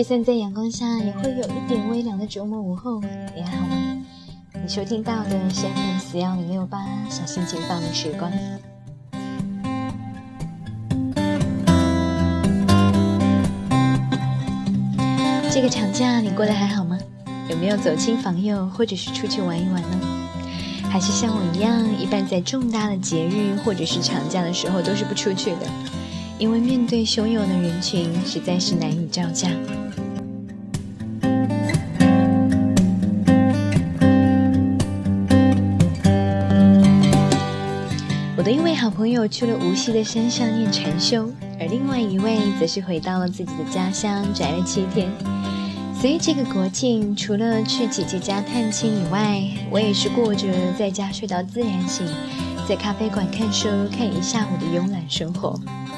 就算在阳光下也会有一点微凉的周末午后，你还好吗？你收听到的是 FM41068小心情放的时光。这个长假你过得还好吗？有没有走亲访友，或者是出去玩一玩呢？还是像我一样，一般在重大的节日或者是长假的时候都是不出去的，因为面对汹涌的人群，实在是难以招架。我的一位好朋友去了无锡的山上念禅修，而另外一位则是回到了自己的家乡宅了7天。所以这个国庆除了去姐姐家探亲以外，我也是过着在家睡到自然醒，在咖啡馆看书看一下午的慵懒生活。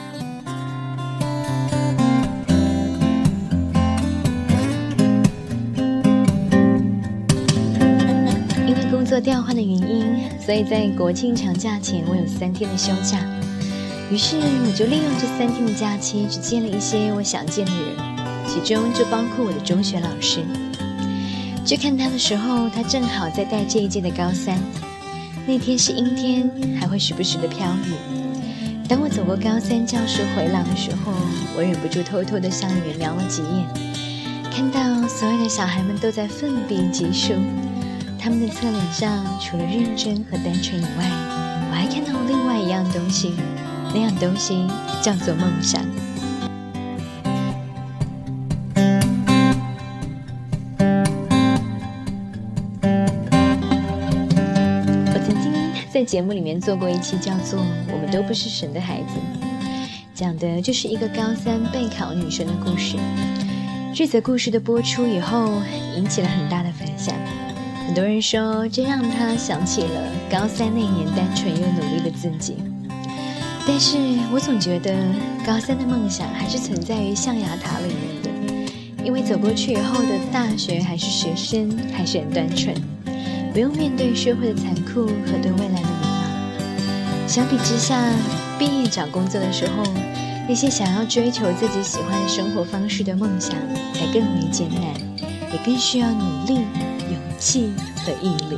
因为工作调换的原因，所以在国庆长假前我有3天的休假，于是我就利用这3天的假期去见了一些我想见的人，其中就包括我的中学老师。去看他的时候，他正好在带这一届的高3，那天是阴天，还会时不时的飘雨。当我走过高3教室回廊的时候，我忍不住偷偷的向里面瞄了几眼，看到所有的小孩们都在奋笔疾书，他们的侧脸上除了认真和单纯以外，我还看到了另外一样东西，那样东西叫做梦想。在节目里面做过一期叫做《我们都不是神的孩子》，讲的就是一个高3备考女生的故事。这则故事的播出以后，引起了很大的反响，很多人说这让他想起了高3那年单纯又努力的自己。但是我总觉得高3的梦想还是存在于象牙塔里面的，因为走过去以后的大学还是学生，还是很单纯，不用面对社会的残酷和对未来的迷茫。相比之下，毕业找工作的时候，那些想要追求自己喜欢的生活方式的梦想才更为艰难，也更需要努力、勇气和毅力。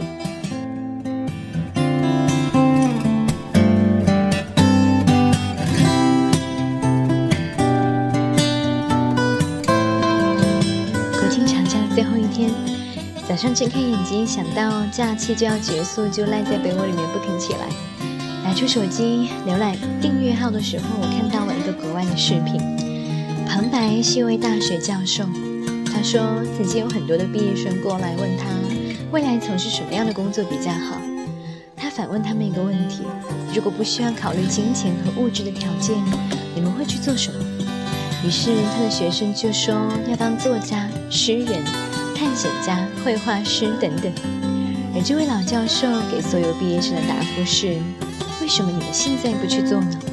国庆长假的最后一天，早上睁开眼睛，想到假期就要结束，就赖在被窝里面不肯起来。拿出手机浏览订阅号的时候，我看到了一个国外的视频，旁白是一位大学教授，他说曾经有很多的毕业生过来问他未来从事什么样的工作比较好。他反问他们一个问题：如果不需要考虑金钱和物质的条件，你们会去做什么？于是他的学生就说要当作家、诗人、探险家、绘画师等等。而这位老教授给所有毕业生的答复是：为什么你们现在不去做呢？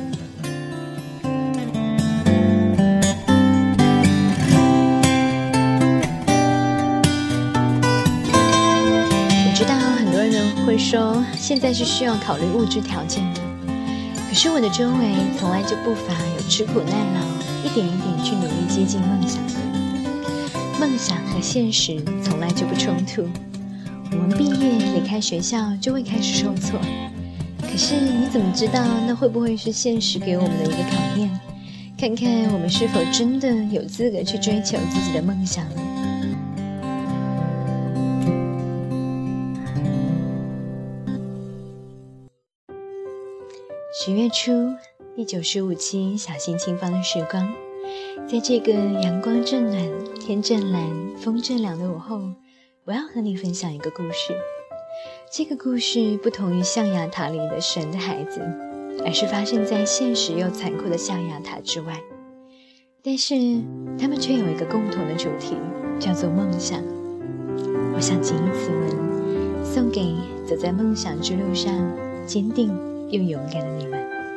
我知道很多人会说现在是需要考虑物质条件的，可是我的周围从来就不乏有吃苦耐劳，一点一点去努力接近梦想的人。梦想和现实从来就不冲突，我们毕业离开学校就会开始受挫，可是你怎么知道那会不会是现实给我们的一个考验？看看我们是否真的有资格去追求自己的梦想呢？10月初，第95期小心轻放的时光，在这个阳光正暖、天正蓝、风正凉的午后，我要和你分享一个故事。这个故事不同于象牙塔里的神的孩子，而是发生在现实又残酷的象牙塔之外。但是他们却有一个共同的主题，叫做梦想。我想谨以此文，送给走在梦想之路上坚定又勇敢的你们。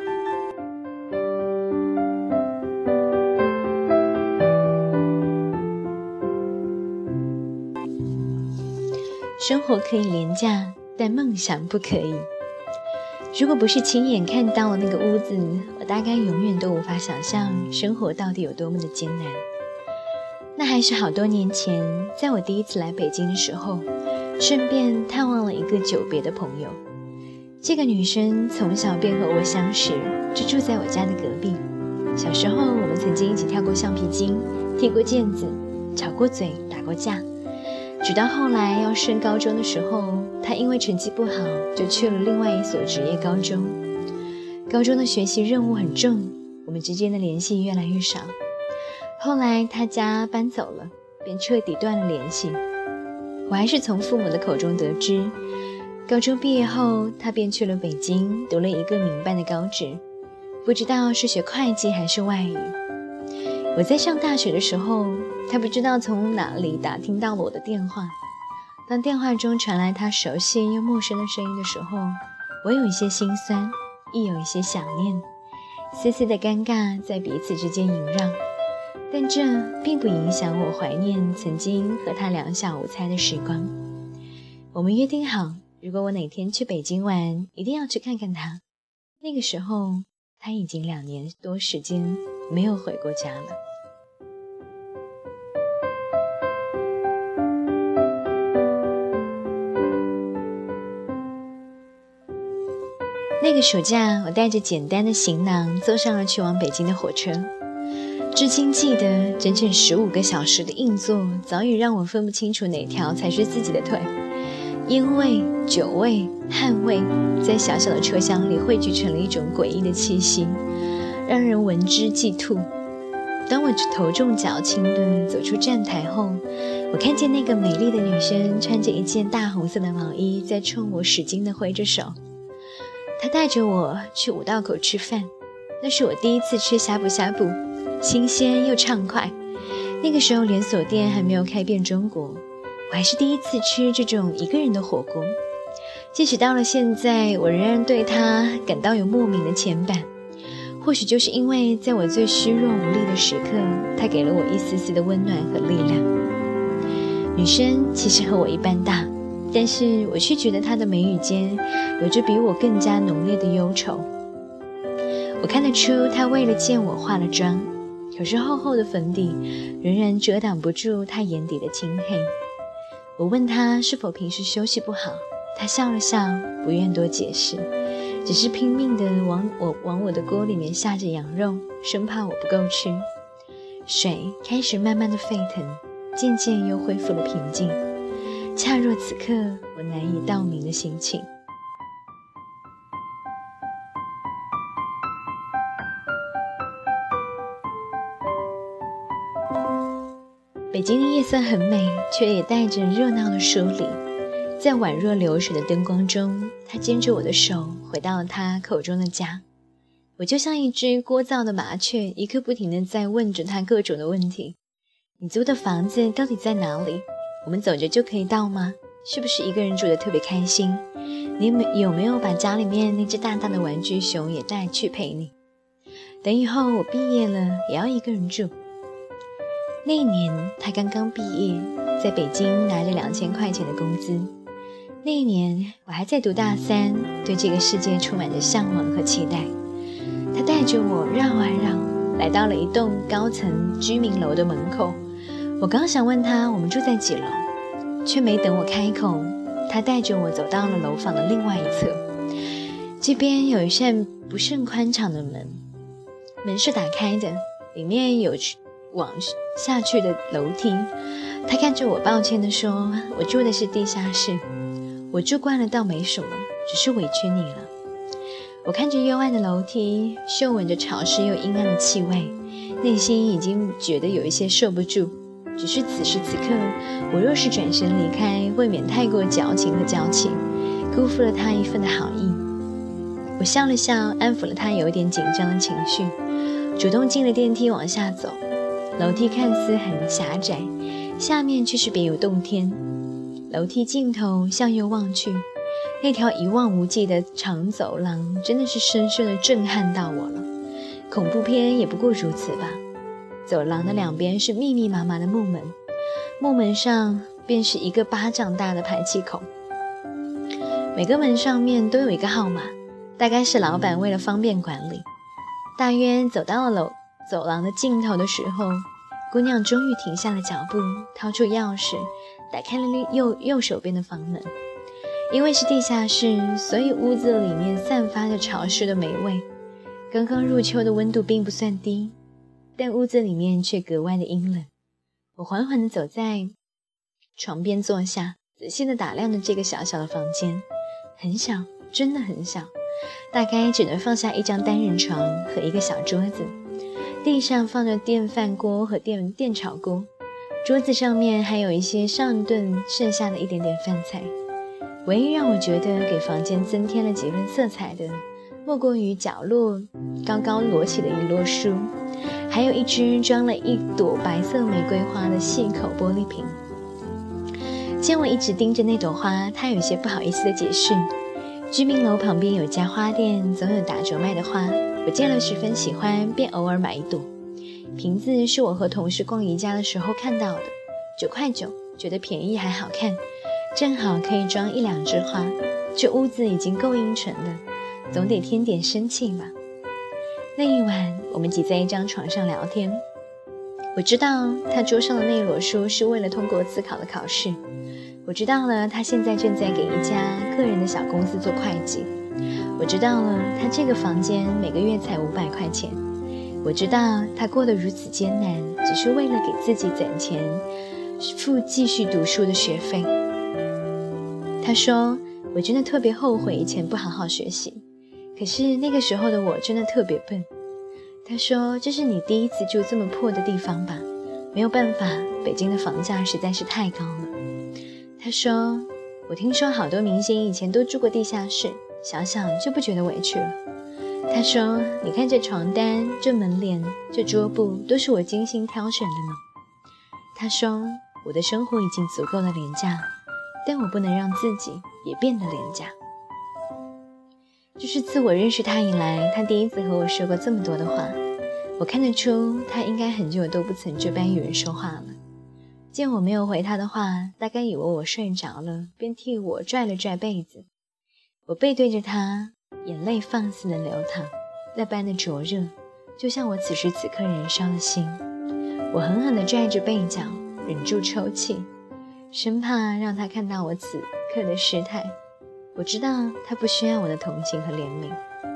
生活可以廉价，但梦想不可以。如果不是亲眼看到了那个屋子，我大概永远都无法想象生活到底有多么的艰难。 那还是好多年前，在我第一次来北京的时候，顺便探望了一个久别的朋友。这个女生从小便和我相识，就住在我家的隔壁。小时候我们曾经一起跳过橡皮筋，踢过毽子，吵过嘴，打过架。直到后来要升高中的时候，她因为成绩不好，就去了另外一所职业高中。高中的学习任务很重，我们之间的联系越来越少。后来她家搬走了，便彻底断了联系。我还是从父母的口中得知，高中毕业后，她便去了北京，读了一个民办的高职，不知道是学会计还是外语。我在上大学的时候，她不知道从哪里打听到了我的电话。当电话中传来她熟悉又陌生的声音的时候，我有一些心酸，亦有一些想念，丝丝的尴尬在彼此之间萦绕。但这并不影响我怀念曾经和她两小无猜的时光。我们约定好，如果我哪天去北京玩，一定要去看看她。那个时候，她已经2年多时间没有回过家了。那个暑假，我带着简单的行囊坐上了去往北京的火车。至今记得，整整15个小时的硬座早已让我分不清楚哪条才是自己的腿。烟味、酒味、汗味在小小的车厢里汇聚成了一种诡异的气息，让人闻之即吐。当我头重脚轻地走出站台后，我看见那个美丽的女生穿着一件大红色的毛衣，在冲我使劲地挥着手。她带着我去五道口吃饭，那是我第一次吃呷哺呷哺，新鲜又畅快。那个时候连锁店还没有开遍中国，我还是第一次吃这种一个人的火锅。即使到了现在，我仍然对它感到有莫名的牵绊。或许就是因为在我最虚弱无力的时刻，它给了我一丝丝的温暖和力量。女生其实和我一般大，但是我却觉得她的眉宇间有着比我更加浓烈的忧愁。我看得出她为了见我化了妆，可是厚厚的粉底仍然遮挡不住她眼底的青黑。我问她是否平时休息不好，她笑了笑，不愿多解释，只是拼命地往我的锅里面下着羊肉，生怕我不够吃。水开始慢慢的沸腾，渐渐又恢复了平静，恰若此刻我难以道明的心情。北京的夜色很美，却也带着热闹的疏离。在宛若流水的灯光中，他牵着我的手回到了他口中的家。我就像一只聒噪的麻雀，一刻不停地在问着他各种的问题。你租的房子到底在哪里？我们走着就可以到吗？是不是一个人住得特别开心？你有没有把家里面那只大大的玩具熊也带去陪你？等以后我毕业了也要一个人住。那一年他刚刚毕业，在北京拿着2000块钱的工资。那一年我还在读大3，对这个世界充满着向往和期待。他带着我绕啊绕，来到了一栋高层居民楼的门口。我刚想问他我们住在几楼，却没等我开口，他带着我走到了楼房的另外一侧。这边有一扇不甚宽敞的门，门是打开的，里面有往下去的楼梯。他看着我抱歉地说，我住的是地下室，我住惯了倒没什么，只是委屈你了。我看着幽暗的楼梯，嗅闻着潮湿又阴暗的气味，内心已经觉得有一些受不住。只是此时此刻，我若是转身离开，未免太过矫情和娇气，辜负了他一份的好意。我笑了笑，安抚了他有点紧张的情绪，主动进了电梯往下走。楼梯看似很狭窄，下面却是别有洞天。楼梯尽头向右望去，那条一望无际的长走廊真的是深深的震撼到我了。恐怖片也不过如此吧。走廊的两边是密密麻麻的木门，木门上便是一个巴掌大的排气孔，每个门上面都有一个号码，大概是老板为了方便管理。大约走到了走廊的尽头的时候， 姑娘终于停下了脚步，掏出钥匙，打开了右手边的房门。因为是地下室，所以屋子里面散发着潮湿的霉味。刚刚入秋的温度并不算低，但屋子里面却格外的阴冷。我缓缓地走在床边坐下，仔细地打量着这个小小的房间。很小，真的很小，大概只能放下一张单人床和一个小桌子。地上放着电饭锅和电炒锅，桌子上面还有一些上顿剩下的一点点饭菜。唯一让我觉得给房间增添了几分色彩的，莫过于角落高高摞起的一摞书，还有一只装了一朵白色玫瑰花的细口玻璃瓶。见我一直盯着那朵花，他有些不好意思地解释，居民楼旁边有家花店，总有打折卖的花，我见了十分喜欢，便偶尔买一朵。瓶子是我和同事逛宜家的时候看到的，9块9，觉得便宜还好看，正好可以装1-2枝花。这屋子已经够阴沉了，总得添点生气吧。那一晚，我们挤在一张床上聊天。我知道他桌上的那摞书是为了通过自考的考试。我知道了，他现在正在给一家个人的小公司做会计。我知道了，他这个房间每个月才500块钱。我知道他过得如此艰难，只是为了给自己攒钱付继续读书的学费。他说，我真的特别后悔以前不好好学习，可是那个时候的我真的特别笨。他说，这是你第一次住这么破的地方吧？没有办法，北京的房价实在是太高了。他说，我听说好多明星以前都住过地下室，想想就不觉得委屈了。他说，你看这床单，这门帘，这桌布，都是我精心挑选的呢。他说，我的生活已经足够的廉价，但我不能让自己也变得廉价。就是自我认识他以来，他第一次和我说过这么多的话。我看得出他应该很久都不曾这般与人说话了。见我没有回他的话，大概以为我睡着了，便替我拽了拽被子。我背对着他，眼泪放肆地流淌，那般的灼热，就像我此时此刻燃烧的心。我狠狠地拽着被角，忍住抽泣，生怕让他看到我此刻的失态。我知道他不需要我的同情和怜悯。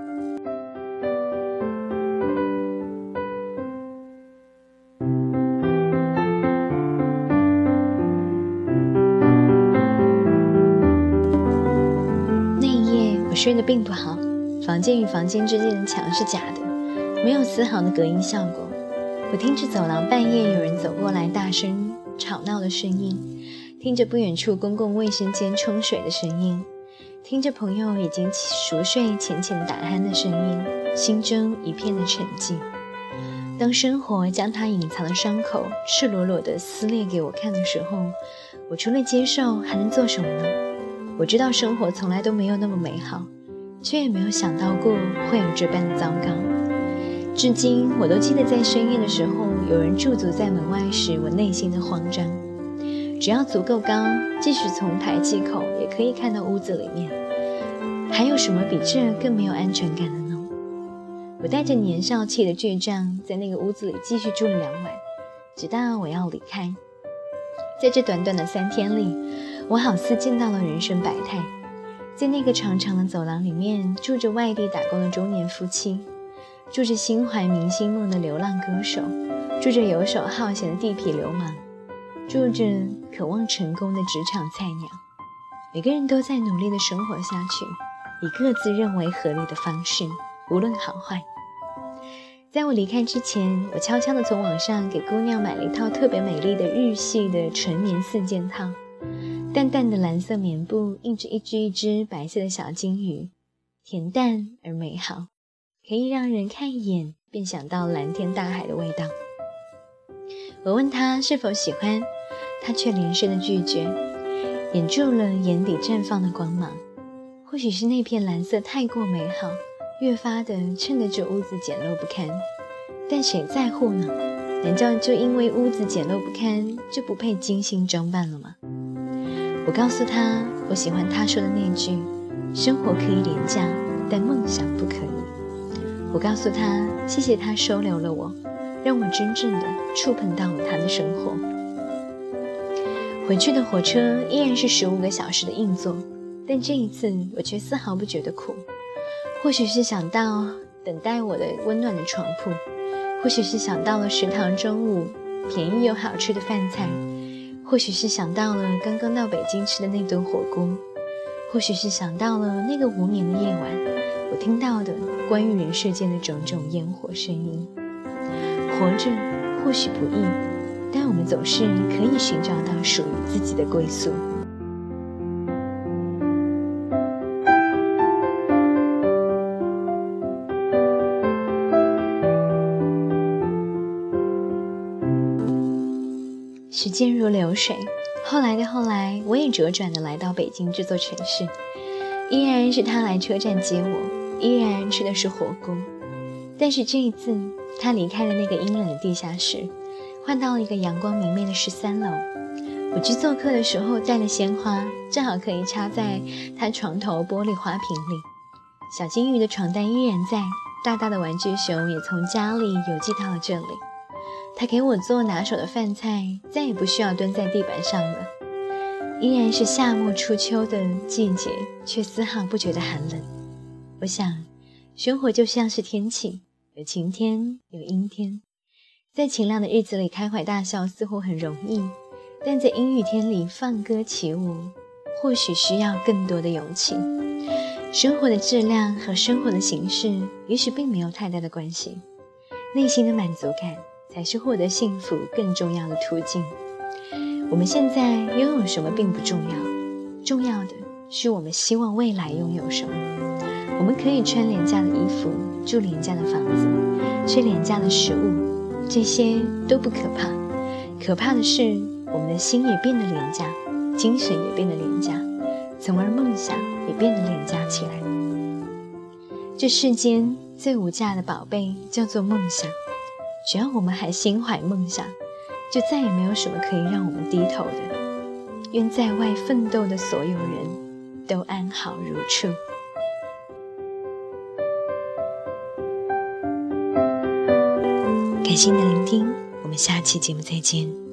那一夜我睡得并不好，房间与房间之间的墙是假的，没有丝毫的隔音效果。我听着走廊半夜有人走过来大声吵闹的声音，听着不远处公共卫生间冲水的声音，听着朋友已经熟睡浅浅打鼾的声音，心中一片的沉寂。当生活将它隐藏的伤口赤裸裸地撕裂给我看的时候，我除了接受还能做什么呢？我知道生活从来都没有那么美好，却也没有想到过会有这般的糟糕。至今我都记得在深夜的时候，有人驻足在门外时，我内心的慌张。只要足够高，即使从排气口也可以看到屋子里面。还有什么比这更没有安全感的呢？我带着年少气的倔强，在那个屋子里继续住了2晚，直到我要离开。在这短短的3天里，我好似见到了人生百态。在那个长长的走廊里面，住着外地打工的中年夫妻，住着心怀明星梦的流浪歌手，住着游手好闲的地痞流氓，住着渴望成功的职场菜鸟。每个人都在努力地生活下去，以各自认为合理的方式，无论好坏。在我离开之前，我悄悄地从网上给姑娘买了一套特别美丽的日系的纯棉4件套，淡淡的蓝色棉布印着一只白色的小金鱼，恬淡而美好，可以让人看一眼便想到蓝天大海的味道。我问她是否喜欢，她却连声的拒绝，掩住了眼底绽放的光芒。或许是那片蓝色太过美好，越发的衬得这屋子简陋不堪。但谁在乎呢？难道就因为屋子简陋不堪，就不配精心装扮了吗？我告诉他，我喜欢他说的那句，生活可以廉价，但梦想不可以。我告诉他，谢谢他收留了我， 让我真正的触碰到了他的生活。回去的火车依然是15个小时的硬座，但这一次我却丝毫不觉得苦。或许是想到等待我的温暖的床铺，或许是想到了食堂中午便宜又好吃的饭菜，或许是想到了刚刚到北京吃的那顿火锅，或许是想到了那个无眠的夜晚，我听到的关于人世间的种种烟火声音。活着或许不易，但我们总是可以寻找到属于自己的归宿。时间如流水，后来的后来，我也辗转的来到北京这座城市，依然是他来车站接我，依然吃的是火锅，但是这一次他离开了那个阴冷的地下室，换到了一个阳光明媚的13楼。我去做客的时候带了鲜花，正好可以插在他床头玻璃花瓶里。小金鱼的床单依然在，大大的玩具熊也从家里邮寄到了这里。他给我做拿手的饭菜，再也不需要蹲在地板上了。依然是夏末初秋的季节，却丝毫不觉得寒冷。我想，生活就像是天气，有晴天，有阴天。在晴朗的日子里开怀大笑似乎很容易，但在阴雨天里放歌起舞，或许需要更多的勇气。生活的质量和生活的形式，也许并没有太大的关系。内心的满足感才是获得幸福更重要的途径。我们现在拥有什么并不重要，重要的是我们希望未来拥有什么。我们可以穿廉价的衣服，住廉价的房子，吃廉价的食物，这些都不可怕。可怕的是我们的心也变得廉价，精神也变得廉价，从而梦想也变得廉价起来。这世间最无价的宝贝叫做梦想，只要我们还心怀梦想，就再也没有什么可以让我们低头的。愿在外奋斗的所有人都安好如初。感谢你的聆听，我们下期节目再见。